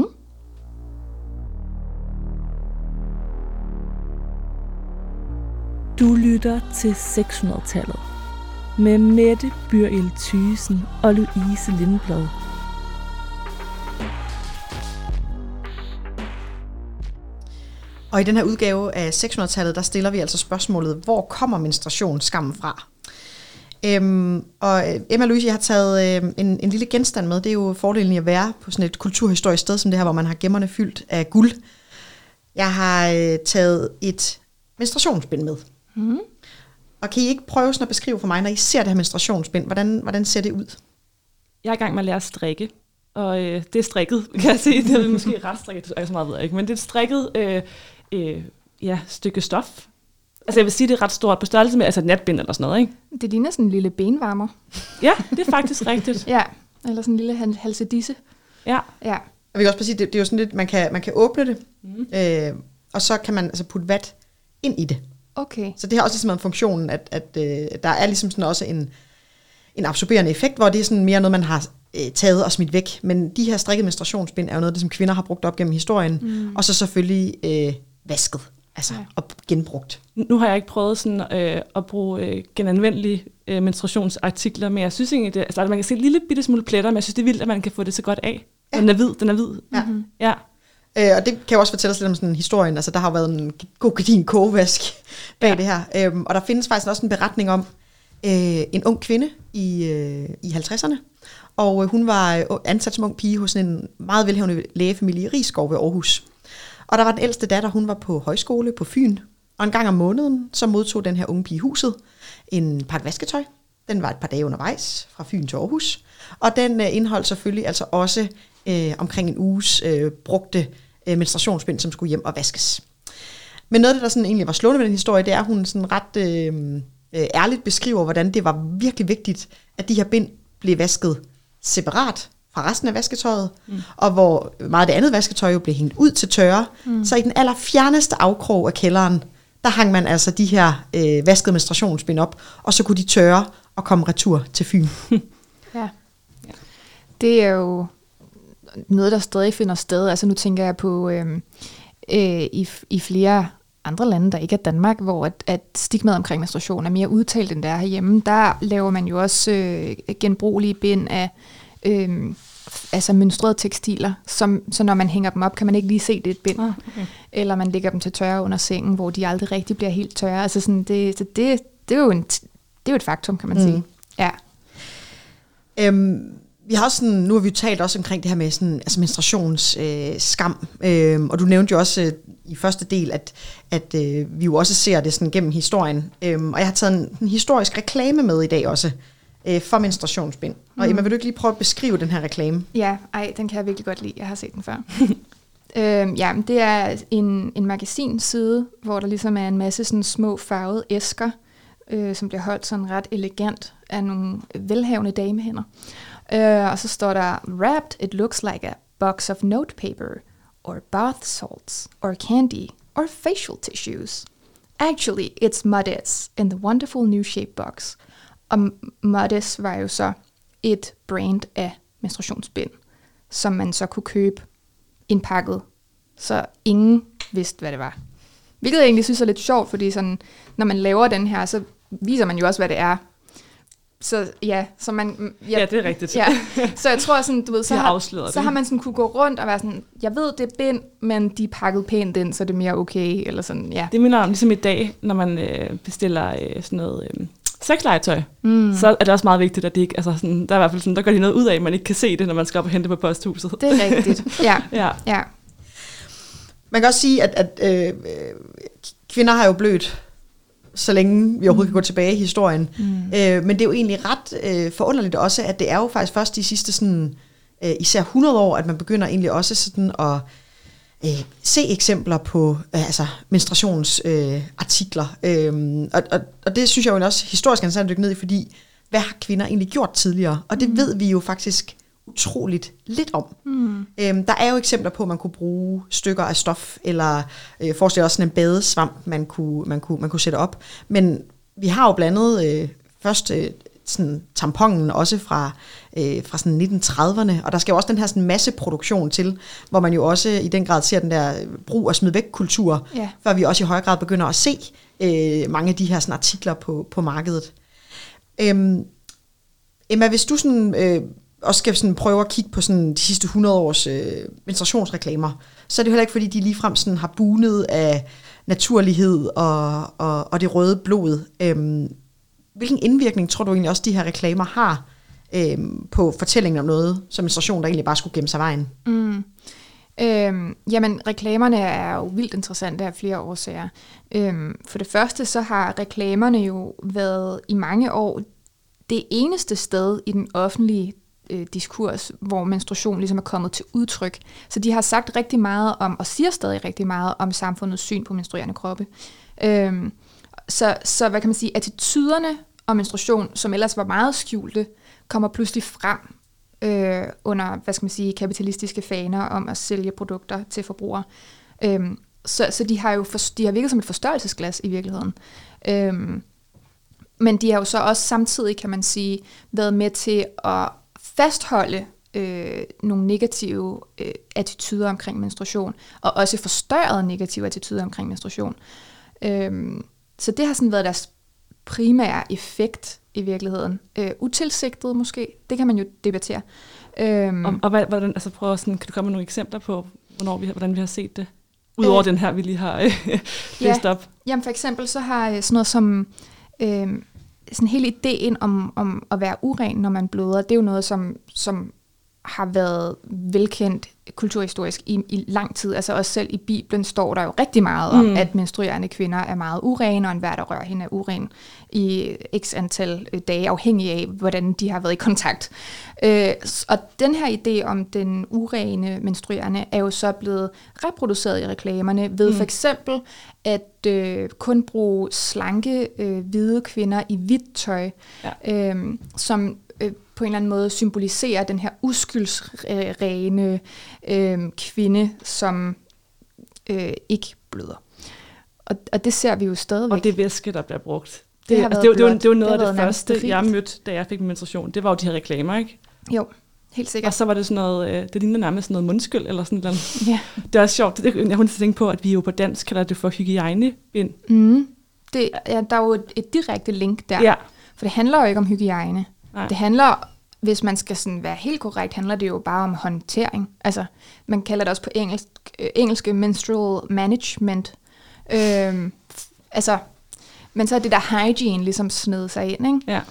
Du lytter til seks hundrede-tallet med Mette Byril Thyssen og Louise Lindblad. Og i den her udgave af seks hundrede-tallet, der stiller vi altså spørgsmålet, hvor kommer menstruationsskammen fra? Øhm, og Emma Louise, jeg har taget øh, en, en lille genstand med. Det er jo fordelen i at være på sådan et kulturhistorisk sted som det her, hvor man har gemmerne fyldt af guld. Jeg har øh, taget et menstruationsbind med. Mm. Og kan I ikke prøve sådan at beskrive for mig, når I ser det her menstruationsbind, hvordan, hvordan ser det ud? Jeg er i gang med at lære at strikke. Og øh, det er strikket, kan jeg se. Det er måske ret strikket, det er så meget ved jeg ikke. Men det er et strikket øh, øh, ja, stykke stof. Altså jeg vil sige, det er ret stort på størrelse med altså et natbind eller sådan noget, ikke? Det ligner sådan en lille benvarmer. Ja, det er faktisk rigtigt. Ja, eller sådan en lille halsedisse. Ja. Ja. Jeg vil også bare sige, det, det er jo sådan lidt, man kan, man kan åbne det, mm. øh, og så kan man altså putte vat ind i det. Okay. Så det har også ligesom en funktion, at, at øh, der er ligesom sådan også en, en absorberende effekt, hvor det er sådan mere noget, man har øh, taget og smidt væk. Men de her strikkede menstruationsbind er jo noget, det, som kvinder har brugt op gennem historien, mm. og så selvfølgelig øh, vasket, altså ja. og genbrugt. Nu har jeg ikke prøvet sådan, øh, at bruge øh, genanvendelige øh, menstruationsartikler, men jeg synes egentlig, det, altså, man kan se en lille bitte smule pletter, men jeg synes, det er vildt, at man kan få det så godt af. Ja. Den er hvid, den er hvid. Ja. Mm-hmm. Ja. Øh, og det kan jo også fortælle os lidt om sådan historien. Altså, der har jo været en god gedin kogevask bag ja. det her. Øhm, og der findes faktisk også en beretning om øh, en ung kvinde i, øh, i halvtredserne. Og øh, hun var ansat som ung pige hos en meget velhavende lægefamilie i Risskov ved Aarhus. Og der var den ældste datter, hun var på højskole på Fyn. Og en gang om måneden, så modtog den her unge pige huset en pakke vasketøj. Den var et par dage undervejs fra Fyn til Aarhus. Og den øh, indeholdt selvfølgelig altså også øh, omkring en uges øh, brugte øh, menstruationsbind, som skulle hjem og vaskes. Men noget af det, der sådan egentlig var slående med den historie, det er, at hun sådan ret øh, øh, ærligt beskriver, hvordan det var virkelig vigtigt, at de her bind blev vasket separat fra resten af vasketøjet, mm. og hvor meget af det andet vasketøj jo blev hængt ud til tørre. Mm. Så i den allerfjerneste afkrog af kælderen, der hang man altså de her øh, vaskede menstruationsbind op, og så kunne de tørre og komme retur til Fyn. Ja. Det er jo noget, der stadig finder sted. Altså nu tænker jeg på øh, øh, i, i flere andre lande, der ikke er Danmark, hvor at, at stigmaet omkring menstruation er mere udtalt end der herhjemme. Der laver man jo også øh, genbrugelige bind af øh, altså menstruerede tekstiler, som, så når man hænger dem op, kan man ikke lige se, det er et bind. Ah, okay. Eller man lægger dem til tørre under sengen, hvor de aldrig rigtig bliver helt tørre. Altså sådan, det, så det, det, er jo en, det er jo et faktum, kan man mm. sige. Ja. Øhm, vi har også sådan, nu har vi jo talt også omkring det her med sådan, altså menstruations øh, skam, øh, og du nævnte jo også øh, i første del, at, at øh, vi jo også ser det sådan gennem historien, øh, og jeg har taget en, en historisk reklame med i dag også, øh, for menstruationsbind. Mm. Og Emma, vil du ikke lige prøve at beskrive den her reklame? Ja, ej, den kan jeg virkelig godt lide, jeg har set den før. øhm, ja, det er en, en magasinside, hvor der ligesom er en masse sådan små farvede æsker, øh, som bliver holdt sådan ret elegant af nogle velhavende damehænder. Uh, og så står der, wrapped, it looks like a box of notepaper, or bath salts, or candy, or facial tissues. Actually, it's Modess in the wonderful new shape box. Og Modess var jo så et brand af menstruationsbind, som man så kunne købe indpakket, så ingen vidste, hvad det var. Hvilket jeg egentlig synes er lidt sjovt, fordi sådan, når man laver den her, så viser man jo også, hvad det er. Så ja, så man... Ja, ja det er rigtigt. Ja. Så jeg tror sådan, du ved, så, har, så det. har man sådan kunne gå rundt og være sådan, jeg ved, det er bind, men de er pakket pænt ind, så det er mere okay, eller sådan, ja. Det minder om ligesom i dag, når man øh, bestiller øh, sådan noget øh, sexlegetøj, mm. så er det også meget vigtigt, at det ikke, altså sådan, der er i hvert fald sådan, der går de noget ud af, at man ikke kan se det, når man skal op og hente på posthuset. Det er rigtigt, ja. ja. ja. Man kan også sige, at, at øh, kvinder har jo blødt, så længe vi overhovedet mm. kan gå tilbage i historien. Mm. Øh, men det er jo egentlig ret øh, forunderligt også, at det er jo faktisk først de sidste sådan, øh, især hundrede år, at man begynder egentlig også sådan at øh, se eksempler på øh, altså menstruationsartikler. Øh, øh, og, og, og det synes jeg jo også historisk er interessant at dykke ned i, fordi hvad har kvinder egentlig gjort tidligere? Og det mm. ved vi jo faktisk utroligt lidt om. Mm. Øhm, der er jo eksempler på, at man kunne bruge stykker af stof, eller øh, forestil også sådan en badesvamp, man kunne, man, kunne, man kunne sætte op. Men vi har jo blandet øh, først øh, sådan tamponen også fra, øh, fra sådan nitten trediverne, og der skal jo også den her sådan masseproduktion til, hvor man jo også i den grad ser den der brug- og smid væk-kultur, yeah. før vi også i høj grad begynder at se øh, mange af de her sådan artikler på, på markedet. Øhm, Emma, hvis du sådan... Øh, også skal sådan prøve at kigge på sådan de sidste hundrede års øh, menstruationsreklamer, så er det heller ikke, fordi de ligefrem sådan har bunet af naturlighed og, og, og det røde blod. Øhm, hvilken indvirkning tror du egentlig også, de her reklamer har øhm, på fortællingen om noget som menstruation, der egentlig bare skulle gemme sig vejen? Mm. Øhm, jamen, reklamerne er jo vildt interessante af flere årsager. Øhm, for det første, så har reklamerne jo været i mange år det eneste sted i den offentlige øh, diskurs, hvor menstruation ligesom er kommet til udtryk. Så de har sagt rigtig meget om, og siger stadig rigtig meget om samfundets syn på menstruerende kroppe. Øhm, så, så hvad kan man sige, attityderne og menstruation, som ellers var meget skjulte, kommer pludselig frem øh, under, hvad skal man sige, kapitalistiske faner om at sælge produkter til forbrugere. Øhm, så, så de har jo for, de har virket som et forstørrelsesglas i virkeligheden. Øhm, men de har jo så også samtidig, kan man sige, været med til at fastholde øh, nogle negative øh, attityder omkring menstruation, og også forstørrede negative attityder omkring menstruation. Øhm, så det har sådan været deres primære effekt i virkeligheden. Øh, utilsigtet måske, det kan man jo debattere. Øhm, og, og hvordan, altså prøv sådan, kan du komme med nogle eksempler på, hvornår vi, hvordan vi har set det? Udover øh, den her, vi lige har læst ja, op. Jamen for eksempel så har sådan noget som øh, sådan hele ideen om, om at være uren, når man bløder, det er jo noget, som, som har været velkendt kulturhistorisk i, i lang tid. Altså også selv i Bibelen står der jo rigtig meget om, mm. at menstruerende kvinder er meget urene, og enhver, der rører hende, er uren i x antal dage, afhængig af, hvordan de har været i kontakt. Øh, og den her idé om den urene menstruerende er jo så blevet reproduceret i reklamerne ved mm. for eksempel at øh, kun bruge slanke, øh, hvide kvinder i hvidt tøj, ja. øh, som øh, på en eller anden måde symboliserer den her uskyldsrene øh, kvinde, som øh, ikke bløder. Og, og det ser vi jo stadigvæk. Og det væske, der bliver brugt. Det, det, altså, det, det, var, det var noget det af det første, fint. Jeg mødte, da jeg fik min menstruation. Det var jo de her reklamer, ikke? Jo, helt sikkert. Og så var det sådan noget, øh, det lignede nærmest sådan noget mundskyld, eller sådan noget. Ja. Det er også sjovt. Det, jeg kunne tænke på, at vi jo på dansk kalder det for hygiejnebind. Mm. Det, ja, der er jo et, et direkte link der. Ja. For det handler jo ikke om hygiejne. Nej. Det handler, hvis man skal sådan være helt korrekt, handler det jo bare om håndtering. Altså, man kalder det også på engelsk, øh, engelske menstrual management. Øhm, altså, men så er det der hygiene ligesom sned sig ind, ikke? Ja.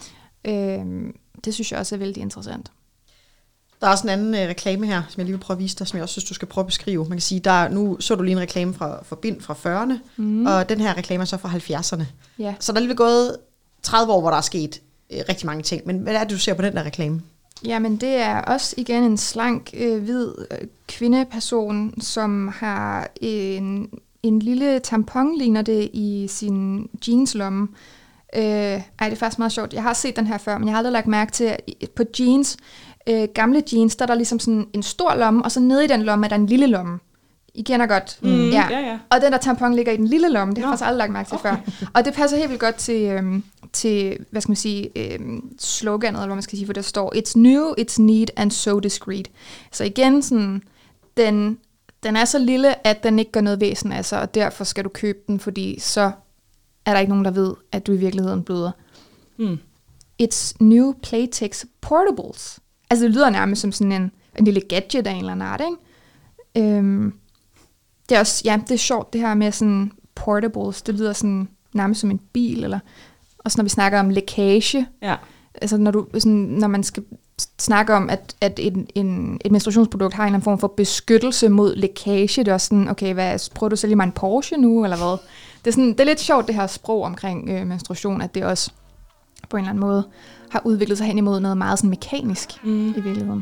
Øhm, det synes jeg også er vældig interessant. Der er også en anden øh, reklame her, som jeg lige vil prøve at vise dig, som jeg også synes, du skal prøve at beskrive. Man kan sige, der nu så du lige en reklame fra, fra Bind fra fyrrerne, mm. og den her reklame er så fra halvfjerdserne. Ja. Så der er lige gået tredive år, hvor der er sket øh, rigtig mange ting. Men hvad er det, du ser på den der reklame? Jamen, det er også igen en slank, øh, hvid øh, kvindeperson, som har en, en lille tampon, ligner det, i sin jeanslomme. Øh, ej, det er faktisk meget sjovt. Jeg har set den her før, men jeg har aldrig lagt mærke til, at på jeans, øh, gamle jeans, der er der ligesom sådan en stor lomme, og så nede i den lomme er der en lille lomme. I kender godt. Mm, ja. Ja, ja. Og den der tampon ligger i den lille lomme, det har jeg faktisk aldrig lagt mærke til okay. før. Og det passer helt vildt godt til, øhm, til hvad skal man sige, øhm, sloganet, eller hvad man skal sige, for der står, it's new, it's neat, and so discreet. Så igen, sådan, den, den er så lille, at den ikke gør noget væsen af sig, og derfor skal du købe den, fordi så er der ikke nogen, der ved, at du i virkeligheden bløder. Mm. It's new Playtex portables. Altså det lyder nærmest som sådan en, en lille gadget af en eller anden art, ikke? Øhm, det er også, ja, det er sjovt det her med sådan portables. Det lyder sådan nærmest som en bil, eller også når vi snakker om lækage. Ja. Altså når du sådan, når man skal snakke om at at en, en et menstruationsprodukt har en eller anden form for beskyttelse mod lækage, det er også sådan, okay, hvad prøver du at sælge mig en Porsche nu eller hvad? Det er sådan, det er lidt sjovt det her sprog omkring øh, menstruation, at det også på en eller anden måde har udviklet sig hen imod noget meget sådan mekanisk mm. i virkeligheden.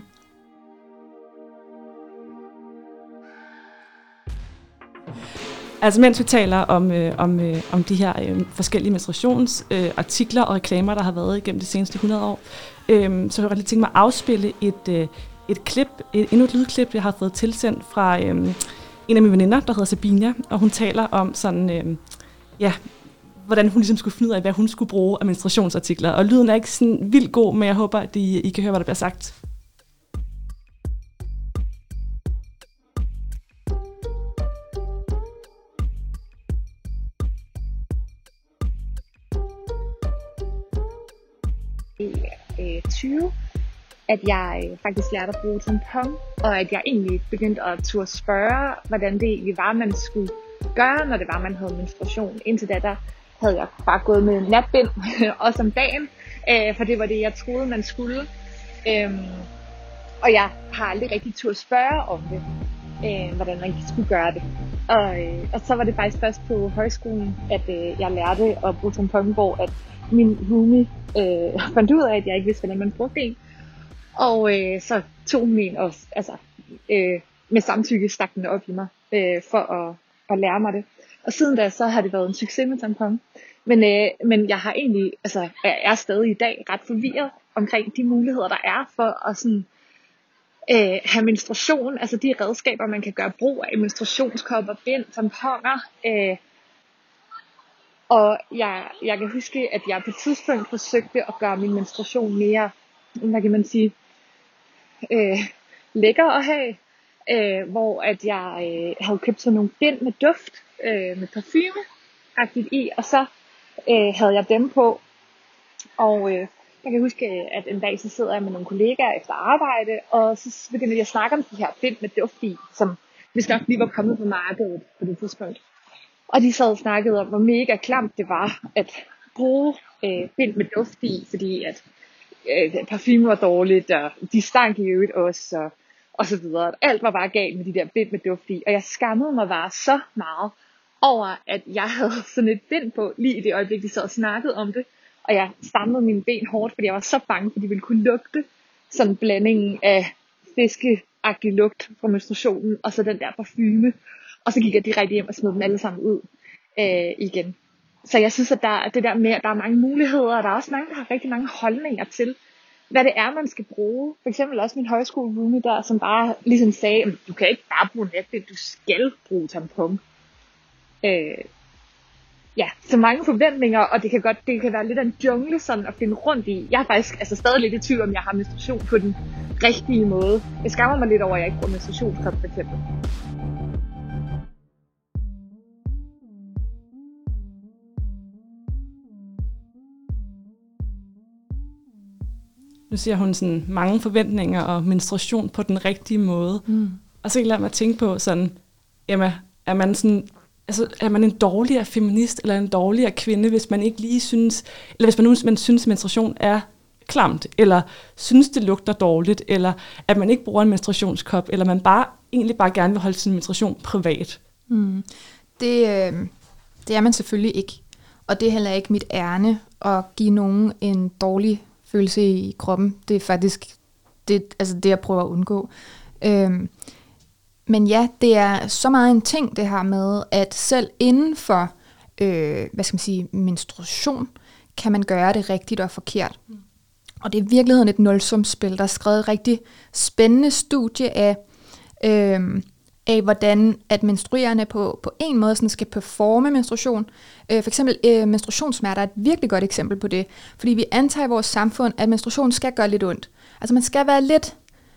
Altså mens vi taler om, øh, om, øh, om de her øh, forskellige menstruationsartikler øh, og reklamer, der har været igennem de seneste hundrede år, øh, så har jeg lige tænkt mig at afspille et, øh, et klip, et, endnu et lydklip, jeg har fået tilsendt fra øh, en af mine veninder, der hedder Sabina, og hun taler om sådan, øh, ja, hvordan hun ligesom skulle finde ud af, hvad hun skulle bruge af menstruationsartikler. Og lyden er ikke sådan vildt god, men jeg håber, at I, I kan høre, hvad der bliver sagt. tyve, at jeg faktisk lærte at bruge tampon, og at jeg egentlig begyndte at turde spørge, hvordan det egentlig var, man skulle gøre, når det var, man havde menstruation. Indtil da, der havde jeg bare gået med natbind, også om dagen, øh, for det var det, jeg troede, man skulle. Øhm, og jeg har aldrig rigtig turde spørge om det, øh, hvordan man skulle gøre det. Og, øh, og så var det faktisk først på højskolen, at øh, jeg lærte at bruge tampon, hvor at min roomie øh, fandt ud af, at jeg ikke vidste, hvordan man brugte en. Og øh, så tog hun en og altså, øh, med samtykke stak den op i mig, øh, for at, at lære mig det. Og siden da, så har det været en succes med tampon. Men, øh, men jeg har egentlig, altså jeg er stadig i dag ret forvirret omkring de muligheder, der er for at sådan, øh, have menstruation, altså de redskaber, man kan gøre brug af, menstruationskopper, bind, tamponer. Øh, og jeg, jeg kan huske, at jeg på et tidspunkt forsøgte at gøre min menstruation mere, hvad kan man sige, øh, lækker at have. Øh, hvor at jeg øh, havde købt sådan nogle bind med duft, øh, med parfume-agtigt i, og så øh, havde jeg dem på. Og øh, jeg kan huske, at en dag så sidder jeg med nogle kollegaer efter arbejde, og så begyndte jeg at snakke om de her bind med duft i, som hvis nok lige var kommet på markedet på det tidspunkt. Og de sad og snakkede om, hvor mega klamt det var at bruge øh, bind med duft i, fordi at øh, parfume var dårligt, og de stank i øvrigt også, og og så videre. Alt var bare galt med de der bind med duft i, og jeg skammede mig bare så meget over, at jeg havde sådan et bind på, lige i det øjeblik, de sad og snakkede om det, og jeg stammede mine ben hårdt, fordi jeg var så bange, fordi de ville kunne lugte sådan blandingen af fiskeagtig lugt fra menstruationen, og så den der parfume, og så gik jeg direkte hjem og smed dem alle sammen ud øh, igen. Så jeg synes, at der, det der med, at der er mange muligheder, og der er også mange, der har rigtig mange holdninger til, hvad det er, man skal bruge. For eksempel også min højskole-roomie der, som bare ligesom sagde, du kan ikke bare bruge netbind, du skal bruge tampon. Øh, ja, så mange forventninger, og det kan godt, det kan være lidt af en jungle sådan at finde rundt i. Jeg er faktisk altså stadig lidt i tvivl, om jeg har menstruation på den rigtige måde. Jeg skammer mig lidt over, at jeg ikke bruger menstruationskop for eksempel. Nu siger hun sådan mange forventninger og menstruation på den rigtige måde. Mm. Og så kan jeg lade mig tænke på sådan, jamen, er man sådan, altså, er man en dårligere feminist eller en dårligere kvinde, hvis man ikke lige synes, eller hvis man nu man synes, menstruation er klamt, eller synes, det lugter dårligt, eller at man ikke bruger en menstruationskop, eller man bare egentlig bare gerne vil holde sin menstruation privat. Mm. Det, øh, det er man selvfølgelig ikke. Og det er heller ikke mit ærne at give nogen en dårlig følelse i kroppen. Det er faktisk det, altså det jeg prøver at undgå. Øhm, men ja, det er så meget en ting, det her med, at selv inden for øh, hvad skal man sige, menstruation, kan man gøre det rigtigt og forkert. Mm. Og det er i virkeligheden et nulsumsspil. Der er skrevet et rigtig spændende studie af, øh, af hvordan at menstruerende på, på en måde sådan skal performe menstruation. Øh, for eksempel øh, menstruationssmerter er et virkelig godt eksempel på det, fordi vi antager i vores samfund, at menstruation skal gøre lidt ondt. Altså man skal være lidt,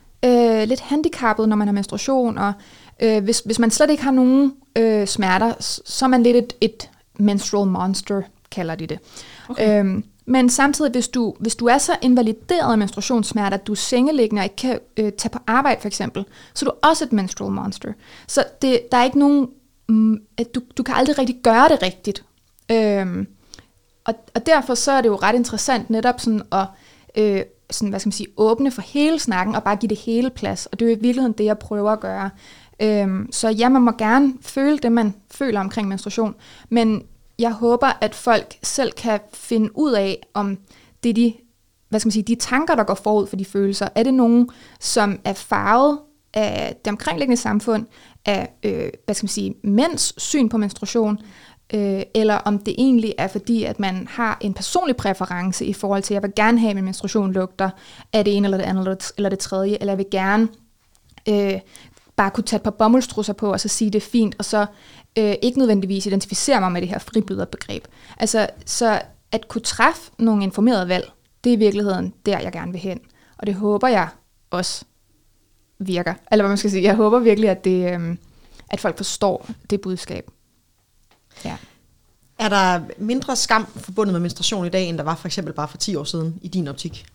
øh, lidt handicappet, når man har menstruation, og øh, hvis, hvis man slet ikke har nogen øh, smerter, så er man lidt et, et menstrual monster, kalder de det. Okay. Øhm, men samtidig, hvis du, hvis du er så invalideret af menstruationssmerter, at du er sengeliggende og ikke kan øh, tage på arbejde for eksempel, så er du også et menstrual monster. Så det, der er ikke nogen, mm, at du, du kan aldrig rigtig gøre det rigtigt. Øhm, og, og derfor så er det jo ret interessant netop sådan at øh, sådan, hvad skal man sige, åbne for hele snakken og bare give det hele plads. Og det er jo i virkeligheden det, jeg prøver at gøre. Øhm, så ja, man må gerne føle det, man føler omkring menstruation, men jeg håber, at folk selv kan finde ud af, om det er de, hvad skal man sige, de tanker, der går forud for de følelser. Er det nogen, som er farvet af det omkringliggende samfund, af øh, hvad skal man sige, mænds syn på menstruation, øh, eller om det egentlig er fordi, at man har en personlig præference i forhold til, at jeg vil gerne have, at min menstruation lugter af det ene eller det andet eller det tredje, eller jeg vil gerne øh, bare kunne tage et par bomuldstrusser på, og så sige, det er fint, og så øh, ikke nødvendigvis identificere mig med det her fribyderbegreb. Altså, så at kunne træffe nogle informerede valg, det er i virkeligheden der, jeg gerne vil hen. Og det håber jeg også virker. Eller hvad man skal sige, jeg håber virkelig, at, det, øh, at folk forstår det budskab. Ja. Er der mindre skam forbundet med menstruation i dag, end der var for eksempel bare for ti år siden, i din optik?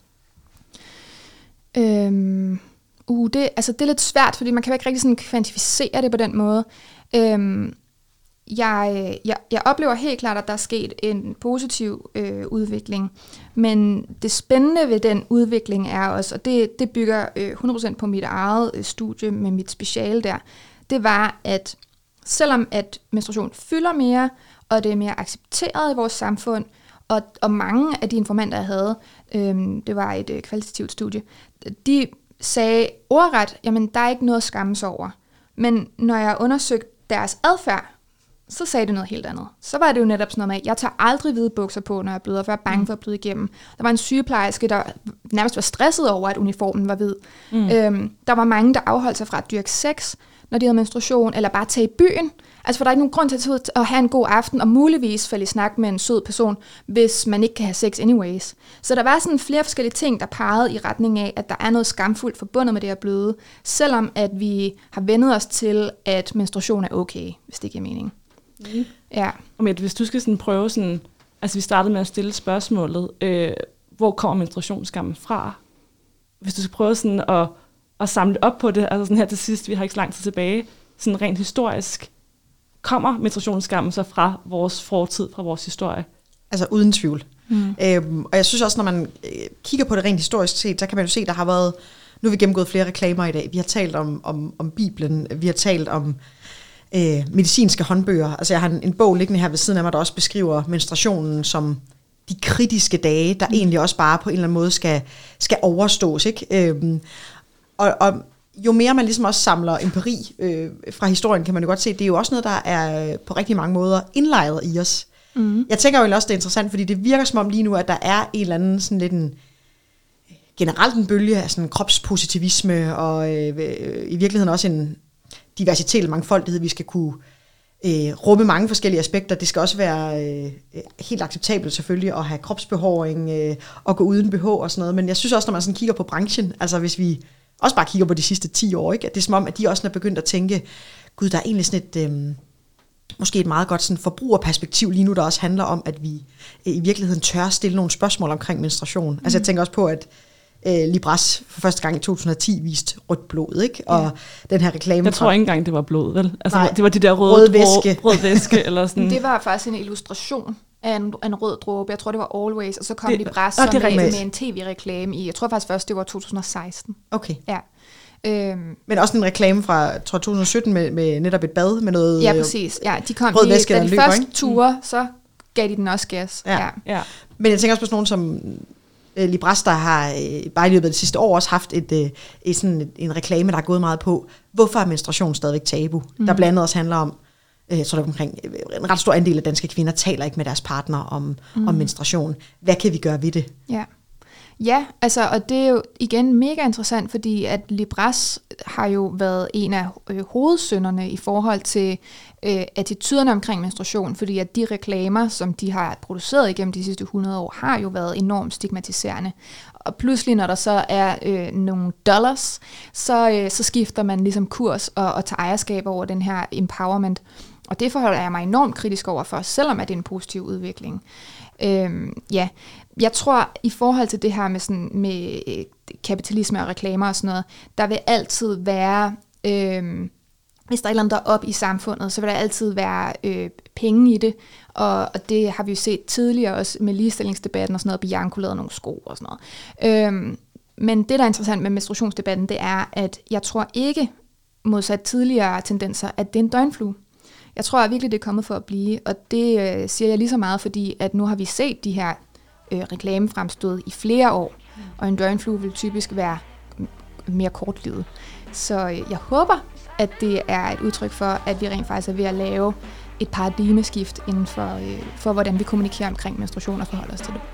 Øhm... Uh, det, altså det er lidt svært, fordi man kan jo ikke rigtig sådan kvantificere det på den måde. Øhm, jeg, jeg, jeg oplever helt klart, at der er sket en positiv øh, udvikling, men det spændende ved den udvikling er også, og det, det bygger øh, hundrede procent på mit eget øh, studie med mit speciale der, det var, at selvom at menstruation fylder mere, og det er mere accepteret i vores samfund, og, og mange af de informanter, jeg havde, øh, det var et øh, kvalitativt studie, de sagde ordret, jamen der er ikke noget at skamme sig over. Men når jeg undersøgte deres adfærd, så sagde det noget helt andet. Så var det jo netop sådan noget med, at jeg tager aldrig hvide bukser på, når jeg bløder, for jeg er bange for at bløde igennem. Der var en sygeplejerske, der nærmest var stresset over, at uniformen var hvid. Mm. Øhm, der var mange, der afholdt sig fra at dyrke sex, når de havde menstruation, eller bare tage i byen. Altså, for der er ikke nogen grund til at tage ud og have en god aften, og muligvis falde i snak med en sød person, hvis man ikke kan have sex anyways. Så der var sådan flere forskellige ting, der pegede i retning af, at der er noget skamfuldt forbundet med det at bløde, selvom at vi har vendet os til, at menstruation er okay, hvis det giver mening. Mm. Ja. Og Mette, hvis du skal sådan prøve sådan, altså vi startede med at stille spørgsmålet, øh, hvor kommer menstruationsskammen fra? Hvis du skal prøve sådan at, at samle op på det, altså sådan her til sidst, vi har ikke så lang tid tilbage, sådan rent historisk, kommer menstruationsskammen så fra vores fortid, fra vores historie? Altså uden tvivl. Mm. Øhm, og jeg synes også, når man øh, kigger på det rent historisk set, så kan man jo se, der har været, nu har vi gennemgået flere reklamer i dag, vi har talt om, om, om Bibelen, vi har talt om øh, medicinske håndbøger. Altså jeg har en, en bog liggende her ved siden af mig, der også beskriver menstruationen som de kritiske dage, der mm. egentlig også bare på en eller anden måde skal, skal overstås. Ikke? Øhm, og, og jo mere man ligesom også samler empiri øh, fra historien, kan man jo godt se, det er jo også noget, der er på rigtig mange måder indlejret i os. Mm. Jeg tænker jo også, det er interessant, fordi det virker som om lige nu, at der er en eller anden sådan lidt en, generelt en bølge af sådan kropspositivisme, og øh, i virkeligheden også en diversitet og mangfoldighed, vi skal kunne øh, rumme mange forskellige aspekter. Det skal også være øh, helt acceptabelt selvfølgelig at have kropsbehåring øh, og gå uden B H og sådan noget, men jeg synes også, når man sådan kigger på branchen, altså hvis vi også bare kigger på de sidste ti år, ikke? At det er som om, at de også er begyndt at tænke, gud, der er egentlig sådan et, øhm, måske et meget godt sådan forbrugerperspektiv lige nu, der også handler om, at vi øh, i virkeligheden tør stille nogle spørgsmål omkring menstruation. Mm. Altså jeg tænker også på, at øh, Libras for første gang i to tusind og ti viste rødt blod, ikke? Og ja. Den her reklame. Jeg tror fra... ikke engang, det var blod, vel? Altså Nej. Det var de der røde rød væske. Rød væske eller sådan. Det var faktisk en illustration af en, en rød dråbe. Jeg tror, det var Always, og så kom det, Libras oh, med, med en tv-reklame i, jeg tror faktisk først, det var to tusind og seksten. Okay. Ja. Øhm, Men også en reklame fra tror, to tusind og sytten med, med netop et bad med noget ja, præcis. Ja, de kom rød lige, væske, da de løber, første ikke? ture, så gav de den også gas. Ja. Ja. Ja. Men jeg tænker også på sådan nogen som øh, Libras, der har øh, bare i løbet af det sidste år også haft et, øh, et, sådan et, en reklame, der har gået meget på, hvorfor er menstruation stadigvæk tabu? Mm. Der blandt andet også handler om, øh, jeg tror der omkring, øh, en ret stor andel af danske kvinder taler ikke med deres partner om, mm. om menstruation. Hvad kan vi gøre ved det? Ja. Ja, altså, og det er jo igen mega interessant, fordi at Libras har jo været en af øh, hovedsynderne i forhold til øh, attityderne omkring menstruation, fordi at de reklamer, som de har produceret igennem de sidste hundrede år, har jo været enormt stigmatiserende. Og pludselig, når der så er øh, nogle dollars, så, øh, så skifter man ligesom kurs og, og tager ejerskab over den her empowerment. Og det forholder jeg mig enormt kritisk over for, selvom at det er en positiv udvikling. Øhm, ja, jeg tror, i forhold til det her med, sådan, med kapitalisme og reklamer og sådan noget, der vil altid være, øh, hvis der er et eller andet, der er op i samfundet, så vil der altid være øh, penge i det, og, og det har vi jo set tidligere også med ligestillingsdebatten og sådan noget, Bianco lavede nogle sko og sådan noget. Øh, men det, der er interessant med menstruationsdebatten, det er, at jeg tror ikke, modsat tidligere tendenser, at det er en døgnflue. Jeg tror at virkelig, det er kommet for at blive, og det øh, siger jeg lige så meget, fordi at nu har vi set de her øh, reklamefremstød i flere år, og en døgnflue vil typisk være mere kortlivet. Så øh, jeg håber, at det er et udtryk for, at vi rent faktisk er ved at lave et paradigmeskift inden for, øh, for hvordan vi kommunikerer omkring menstruation og forholder os til det.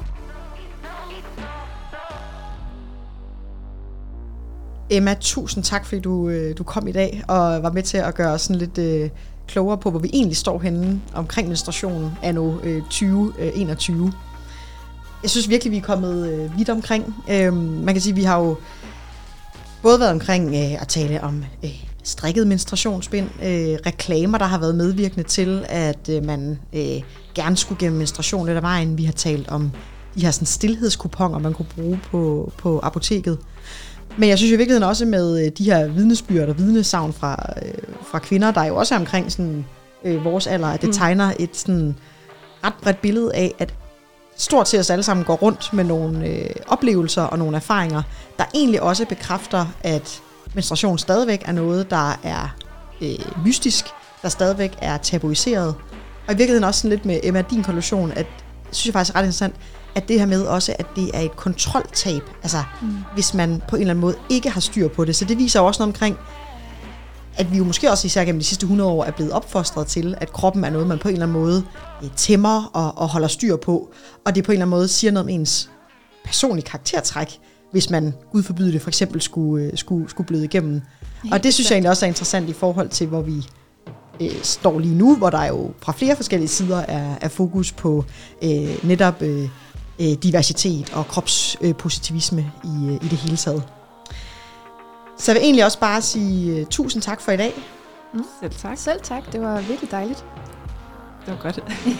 Emma, tusind tak, fordi du, øh, du kom i dag og var med til at gøre os sådan lidt øh, klogere på, hvor vi egentlig står henne omkring menstruation anno øh, tyve enogtyve. Jeg synes virkelig, vi er kommet øh, vidt omkring. Øh, man kan sige, at vi har jo både været omkring øh, at tale om øh, strikket menstruationsbind, øh, reklamer, der har været medvirkende til, at øh, man øh, gerne skulle gennem menstruation lidt af vejen. Vi har talt om de her sådan, stilhedskuponer, man kunne bruge på, på apoteket. Men jeg synes jo i virkeligheden også med de her vidnesbyrd og vidnesavn fra, øh, fra kvinder, der er jo også omkring sådan, øh, vores alder, at det mm. tegner et sådan, ret bredt billede af, at stort set os alle sammen går rundt med nogle øh, oplevelser og nogle erfaringer, der egentlig også bekræfter, at menstruation stadigvæk er noget, der er øh, mystisk, der stadigvæk er tabuiseret. Og i virkeligheden også sådan lidt med Emma, din konklusion, at synes jeg faktisk er ret interessant, at det her med også, at det er et kontroltab, altså mm. hvis man på en eller anden måde ikke har styr på det. Så det viser også noget omkring, at vi jo måske også især gennem de sidste hundrede år er blevet opfostret til, at kroppen er noget, man på en eller anden måde tæmmer og, og holder styr på, og det på en eller anden måde siger noget om ens personlige karaktertræk, hvis man, gud forbyde det, for eksempel skulle, skulle, skulle bløde igennem. Helt og det synes jeg egentlig også er interessant i forhold til, hvor vi øh, står lige nu, hvor der jo fra flere forskellige sider er, er fokus på øh, netop øh, diversitet og kropspositivisme øh, i, øh, i det hele taget. Så jeg vil egentlig også bare sige uh, tusind tak for i dag. Mm. Selv tak. Selv tak, det var virkelig dejligt. Det var godt.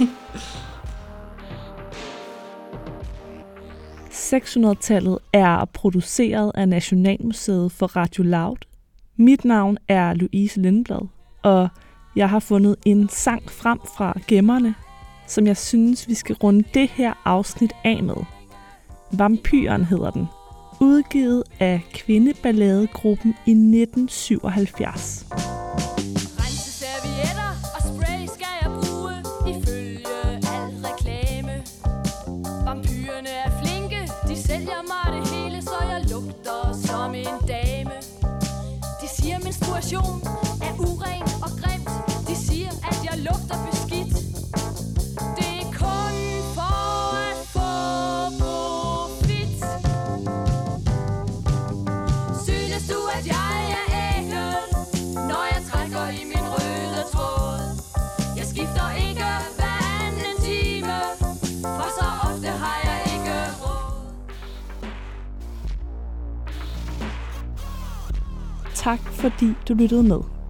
seks hundrede-tallet er produceret af Nationalmuseet for Radio Loud. Mit navn er Louise Lindblad, og jeg har fundet en sang frem fra gemmerne, som jeg synes, vi skal runde det her afsnit af med. Vampyren hedder den. Udgivet af Kvindeballadegruppen i nitten syvoghalvfjerds. Rense servietter og spray skal jeg bruge, ifølge al reklame. Vampyrerne er flinke, de sælger mig det hele, så jeg lugter som en dame. De siger menstruation er uren og grimt, de siger at jeg lugter beskidt. Det er kun for at få profit. Synes du at jeg er ægget, når jeg trækker i min røde tråd? Jeg skifter ikke hver anden time, for så ofte har jeg ikke råd. Tak fordi du lyttede med.